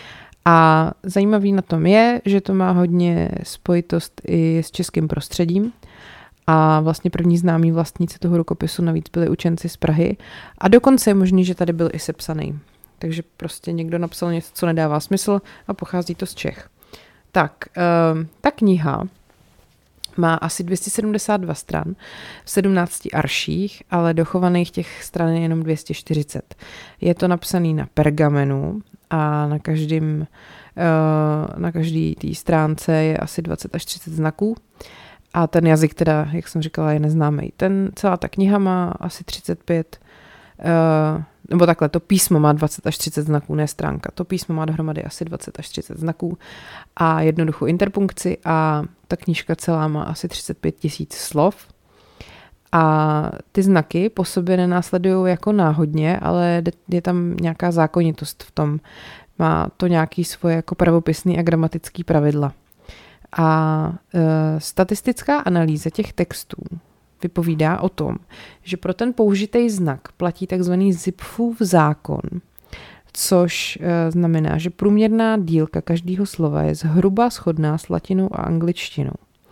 A zajímavý na tom je, že to má hodně spojitost i s českým prostředím a vlastně první známí vlastníci toho rukopisu navíc byli učenci z Prahy a dokonce je možný, že tady byl i sepsaný. Takže prostě někdo napsal něco, co nedává smysl a pochází to z Čech. Tak, um, ta kniha má asi dvě stě sedmdesát dva stran v sedmnácti arších, ale dochovaných těch stran je jenom dvě stě čtyřicet. Je to napsaný na pergamenu a na každém, uh, na každý té stránce je asi dvacet až třicet znaků. A ten jazyk teda, jak jsem říkala, je neznámý. Ten, celá ta kniha má asi třicet pět, uh, nebo takhle, to písmo má dvacet až třicet znaků, ne stránka. To písmo má dohromady asi dvacet až třicet znaků a jednoduchou interpunkci a ta knížka celá má asi třicet pět tisíc slov. A ty znaky po sobě nenásledují jako náhodně, ale je tam nějaká zákonitost v tom. Má to nějaký svoje jako pravopisný a gramatický pravidla. A e, statistická analýza těch textů vypovídá o tom, že pro ten použitý znak platí takzvaný Zipfův zákon, což e, znamená, že průměrná dílka každého slova je zhruba shodná s latinou a angličtinou.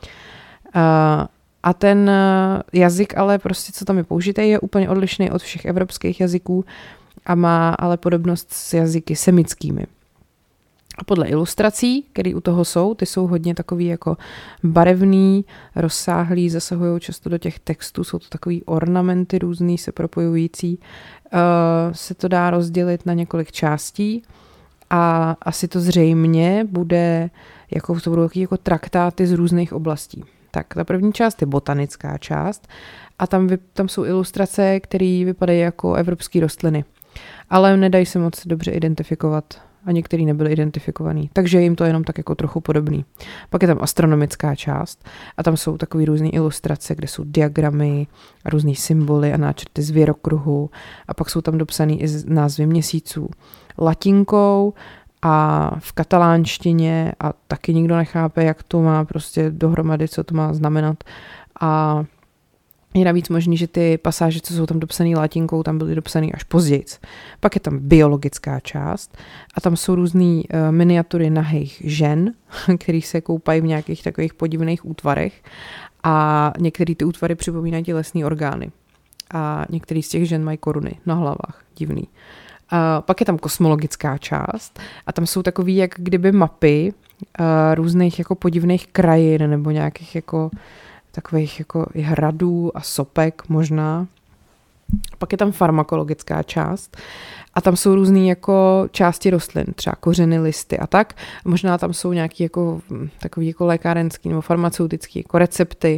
A, a ten jazyk ale prostě, co tam je použitý, je úplně odlišný od všech evropských jazyků a má ale podobnost s jazyky semickými. A podle ilustrací, které u toho jsou, ty jsou hodně takový jako barevný, rozsáhlý, zasahují často do těch textů, jsou to takový ornamenty různý, se propojující. Uh, se to dá rozdělit na několik částí a asi to zřejmě bude, jako to budou jako traktáty z různých oblastí. Tak, ta první část je botanická část a tam, vy, tam jsou ilustrace, které vypadají jako evropské rostliny, ale nedají se moc dobře identifikovat a některý nebyly identifikovaný, takže jim to jenom tak jako trochu podobný. Pak je tam astronomická část a tam jsou takové různé ilustrace, kde jsou diagramy a různý symboly a náčrty zvěrokruhu a pak jsou tam dopsaný i názvy měsíců latinkou a v katalánštině a taky nikdo nechápe, jak to má prostě dohromady, co to má znamenat a je navíc možný, že ty pasáže, co jsou tam dopsané latinkou, tam byly dopsané až později. Pak je tam biologická část a tam jsou různé uh, miniatury nahých žen, které se koupají v nějakých takových podivných útvarech a některé ty útvary připomínají tělesné orgány. A některý z těch žen mají koruny na hlavách. Divný. A pak je tam kosmologická část a tam jsou takový jak kdyby mapy uh, různých jako podivných krajin nebo nějakých jako takových jako hradů a sopek možná. Pak je tam farmakologická část a tam jsou různý jako části rostlin, třeba kořeny, listy a tak. A možná tam jsou nějaký jako takový jako lékárenský nebo farmaceutický jako recepty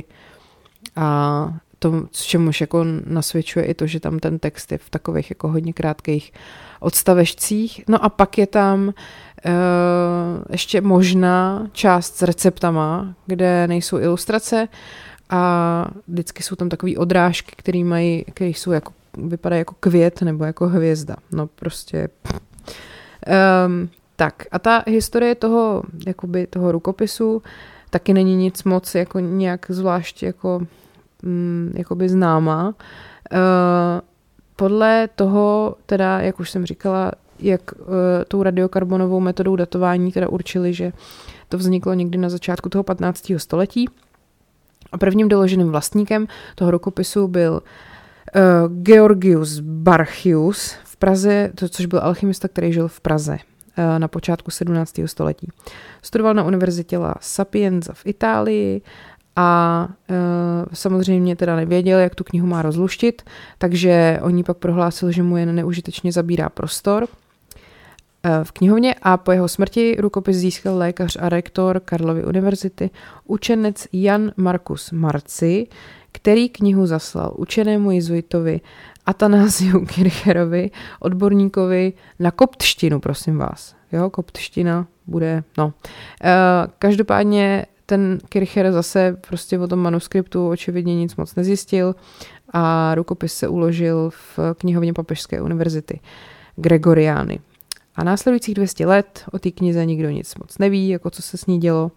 a to, čemuž jako nasvědčuje i to, že tam ten text je v takových jako hodně krátkých odstavečcích. No a pak je tam uh, ještě možná část s receptama, kde nejsou ilustrace a vždycky jsou tam takový odrážky, které mají, které jsou jako, vypadají jako květ nebo jako hvězda. No prostě Um, tak a ta historie toho, jakoby toho rukopisu taky není nic moc jako nějak zvlášť jako, mm, jakoby známá. Uh, podle toho, teda, jak už jsem říkala, jak uh, tou radiokarbonovou metodou datování teda určili, že to vzniklo někdy na začátku toho patnáctého století. A prvním doloženým vlastníkem toho rukopisu byl uh, Georgius Barchius v Praze, to, což byl alchymista, který žil v Praze uh, na počátku sedmnáctého století. Studoval na univerzitě La Sapienza v Itálii a uh, samozřejmě teda nevěděl, jak tu knihu má rozluštit, takže on jí pak prohlásil, že mu jen neužitečně zabírá prostor v knihovně a po jeho smrti rukopis získal lékař a rektor Karlovy univerzity, učenec Jan Marcus Marci, který knihu zaslal učenému jezuitovi Atanásiu Kircherovi, odborníkovi na koptštinu, prosím vás. Jo, koptština bude, no. Každopádně ten Kircher zase prostě o tom manuskriptu očividně nic moc nezjistil a rukopis se uložil v knihovně Papežské univerzity Gregoriány. A následujících dvě stě let o té knize nikdo nic moc neví, jako co se s ní dělo.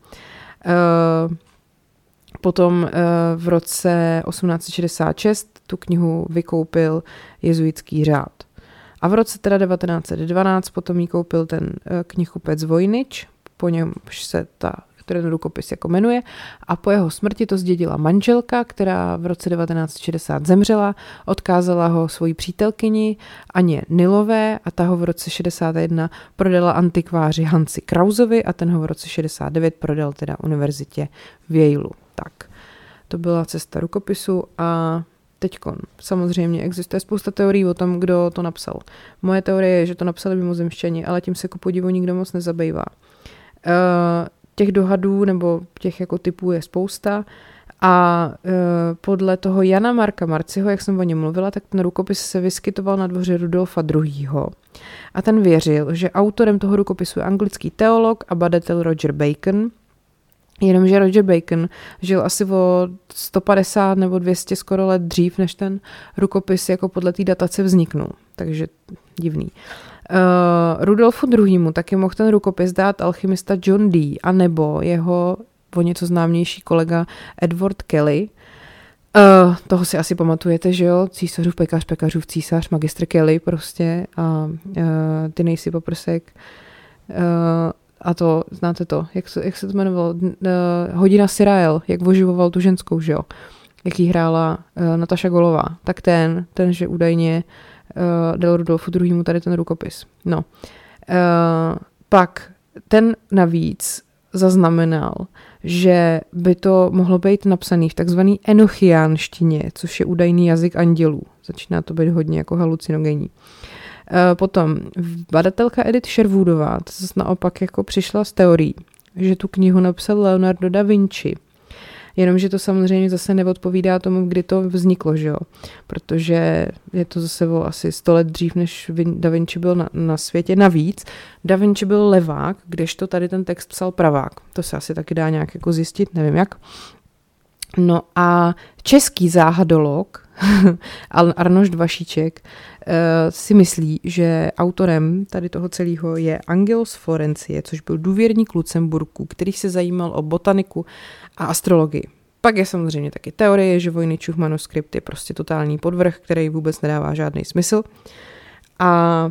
Potom v roce osmnáct set šedesát šest tu knihu vykoupil jezuitský řád. A v roce teda devatenáct set dvanáct potom ji koupil ten knihkupec Vojnič, po němž se ta který ten rukopis jako jmenuje, a po jeho smrti to zdědila manželka, která v roce devatenáct set šedesát zemřela, odkázala ho svojí přítelkyni Aně Nilové a ta ho v roce šedesát jedna prodala antikváři Hansi Krausovi a ten ho v roce šedesát devět prodal teda univerzitě v Yaleu. Tak, to byla cesta rukopisu a teďkon samozřejmě existuje spousta teorií o tom, kdo to napsal. Moje teorie je, že to napsali mimozemšťani, ale tím se ku podivu nikdo moc nezabývá. Uh, Těch dohadů nebo těch jako typů je spousta a e, podle toho Jana Marka Marciho, jak jsem o něm mluvila, tak ten rukopis se vyskytoval na dvoře Rudolfa druhého. A ten věřil, že autorem toho rukopisu je anglický teolog a badatel Roger Bacon, jenomže Roger Bacon žil asi o sto padesát nebo dvě stě skoro let dřív, než ten rukopis jako podle té datace vzniknul. Takže divný. Uh, Rudolfu druhému taky mohl ten rukopis dát alchymista John Dee a nebo jeho o něco známější kolega Edward Kelly. Uh, toho si asi pamatujete, že jo? Císařův pekař, pekařův císař, magistr Kelly prostě a uh, ty nejsi poprsek. Uh, a to, znáte to, jak se, jak se to jmenovalo? Uh, Hodina Sirael, jak oživoval tu ženskou, že jo? Jak jí hrála uh, Nataša Golová. Tak ten, ten, že údajně Uh, dal Rudolfu druhému tady ten rukopis. No. Uh, pak ten navíc zaznamenal, že by to mohlo být napsaný v takzvaný enochiánštině, což je údajný jazyk andělů. Začíná to být hodně jako halucinogenní. Uh, potom badatelka Edith Sherwoodová to zase naopak jako přišla s teorií, že tu knihu napsal Leonardo da Vinci. Jenomže to samozřejmě zase neodpovídá tomu, kdy to vzniklo, že jo? Protože je to zase o asi sto let dřív, než Da Vinci byl na, na světě. Navíc Da Vinci byl levák, kdežto tady ten text psal pravák. To se asi taky dá nějak jako zjistit, nevím jak. No a český záhadolog Arnošt Vašíček si myslí, že autorem tady toho celého je Angelos Florencie, což byl důvěrník Lucemburku, který se zajímal o botaniku a astrologii. Pak je samozřejmě taky teorie, že Vojničův manuskript je prostě totální podvrh, který vůbec nedává žádný smysl. A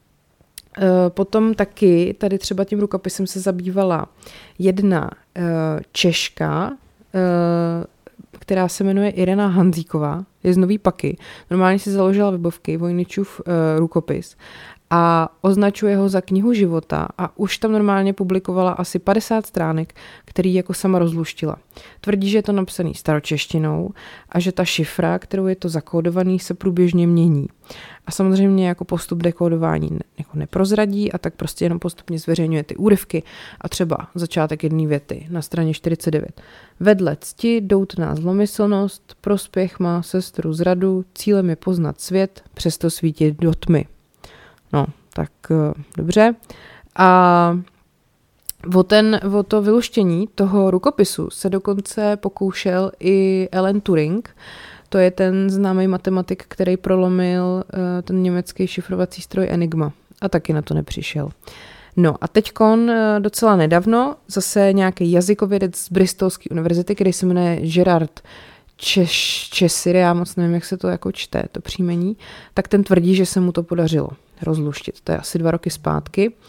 e, potom taky tady třeba tím rukopisem se zabývala jedna e, Češka, e, která se jmenuje Irena Hanzíková, je z Nový Paky. Normálně si založila webovky Vojničův e, rukopis a označuje ho za knihu života a už tam normálně publikovala asi padesát stránek, který jako sama rozluštila. Tvrdí, že je to napsaný staročeštinou a že ta šifra, kterou je to zakódovaný, se průběžně mění. A samozřejmě jako postup dekódování ne, jako neprozradí a tak prostě jenom postupně zveřejňuje ty úryvky a třeba začátek jedné věty na straně čtyřicet devět. Vedle cti doutná zlomyslnost, prospěch má sestru zradu, cílem je poznat svět, přesto svítit do tmy. No, tak dobře. A o, ten, o to vyluštění toho rukopisu se dokonce pokoušel i Alan Turing. To je ten známý matematik, který prolomil uh, ten německý šifrovací stroj Enigma. a taky na to nepřišel. No a teďkon docela nedávno zase nějaký jazykovědec z Bristolské univerzity, který se jmenuje Gerard Češ, Česir, já moc nevím, jak se to jako čte, to příjmení, tak ten tvrdí, že se mu to podařilo rozluštit. To je asi dva roky zpátky. Uh,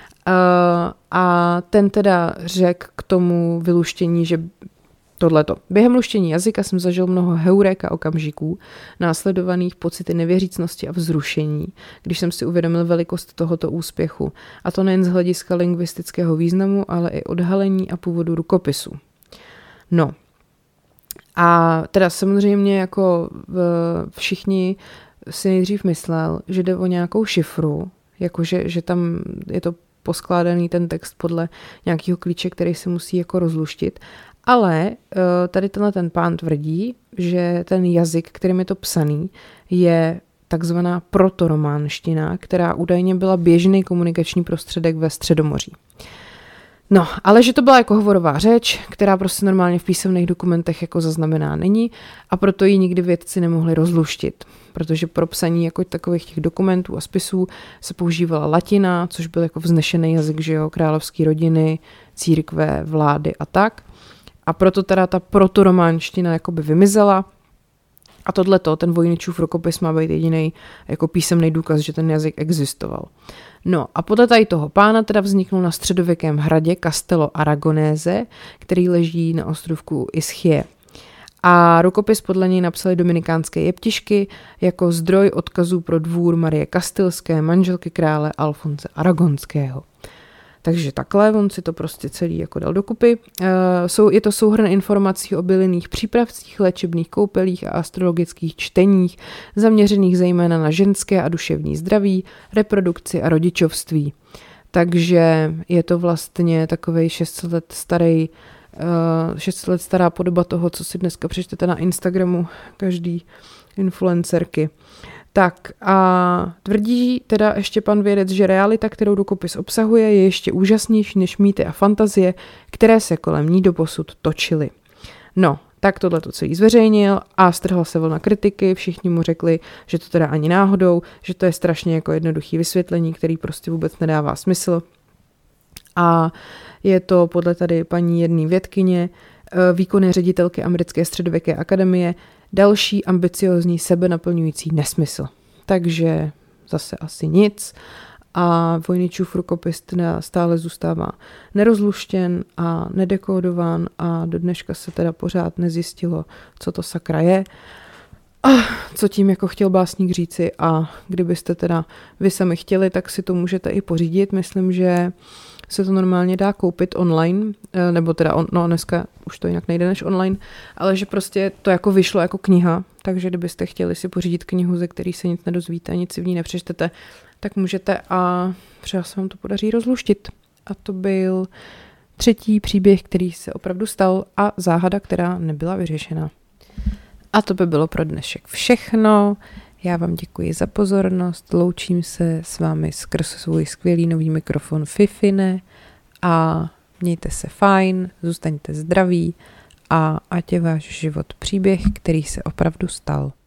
a ten teda řekl k tomu vyluštění, že tohleto. Během luštění jazyka jsem zažil mnoho heureka okamžiků, následovaných pocity nevěřícnosti a vzrušení, když jsem si uvědomil velikost tohoto úspěchu. A to nejen z hlediska lingvistického významu, ale i odhalení a původu rukopisu. No. A teda samozřejmě jako všichni si nejdřív myslel, že jde o nějakou šifru, jakože že tam je to poskládaný ten text podle nějakého klíče, který se musí jako rozluštit. Ale tady tenhle ten pán tvrdí, že ten jazyk, kterým je to psaný, je takzvaná protorománština, která údajně byla běžný komunikační prostředek ve Středomoří. No, ale že to byla jako hovorová řeč, která prostě normálně v písemných dokumentech jako zaznamená není a proto ji nikdy vědci nemohli rozluštit, protože pro psaní jako takových těch dokumentů a spisů se používala latina, což byl jako vznešený jazyk, že jo, královské rodiny, církve, vlády a tak. A proto teda ta protorománština jakoby vymizela a tohleto, ten Voynichův rukopis má být jediný jako písemný důkaz, že ten jazyk existoval. No a podle tady toho pána teda vzniknul na středověkém hradě Castello Aragonese, který leží na ostrovku Ischie. A rukopis podle něj napsali dominikánské jeptišky jako zdroj odkazů pro dvůr Marie Kastilské, manželky krále Alfonse Aragonského. Takže takhle, on si to prostě celý jako dal dokupy. Uh, je to souhrn informací o bylinných přípravcích, léčebných koupelích a astrologických čteních, zaměřených zejména na ženské a duševní zdraví, reprodukci a rodičovství. Takže je to vlastně takovej šest set let starý, uh, šest set let stará podoba toho, co si dneska přečtete na Instagramu každý influencerky. Tak a tvrdí teda ještě pan vědec, že realita, kterou rukopis obsahuje, je ještě úžasnější než mýty a fantazie, které se kolem ní doposud točily. No, tak tohle to celý zveřejnil a strhla se vlna kritiky, všichni mu řekli, že to teda ani náhodou, že to je strašně jako jednoduchý vysvětlení, který prostě vůbec nedává smysl. A je to podle tady paní jedné vědkyně, výkonné ředitelky Americké středověké akademie, další ambiciozní sebenaplňující nesmysl. Takže zase asi nic a Voynichův rukopis stále zůstává nerozluštěn a nedekódován a do dneška se teda pořád nezjistilo, co to sakra je, a co tím jako chtěl básník říci a kdybyste teda vy sami chtěli, tak si to můžete i pořídit. Myslím, že se to normálně dá koupit online, nebo teda on, no dneska už to jinak nejde než online, ale že prostě to jako vyšlo jako kniha, takže kdybyste chtěli si pořídit knihu, ze který se nic nedozvíte, nic si v ní nepřečtete, tak můžete a třeba se vám to podaří rozluštit. A to byl třetí příběh, který se opravdu stal a záhada, která nebyla vyřešena. A to by bylo pro dnešek všechno. Já vám děkuji za pozornost, loučím se s vámi skrz svůj skvělý nový mikrofon Fifine a mějte se fajn, zůstaňte zdraví a ať je váš život příběh, který se opravdu stal.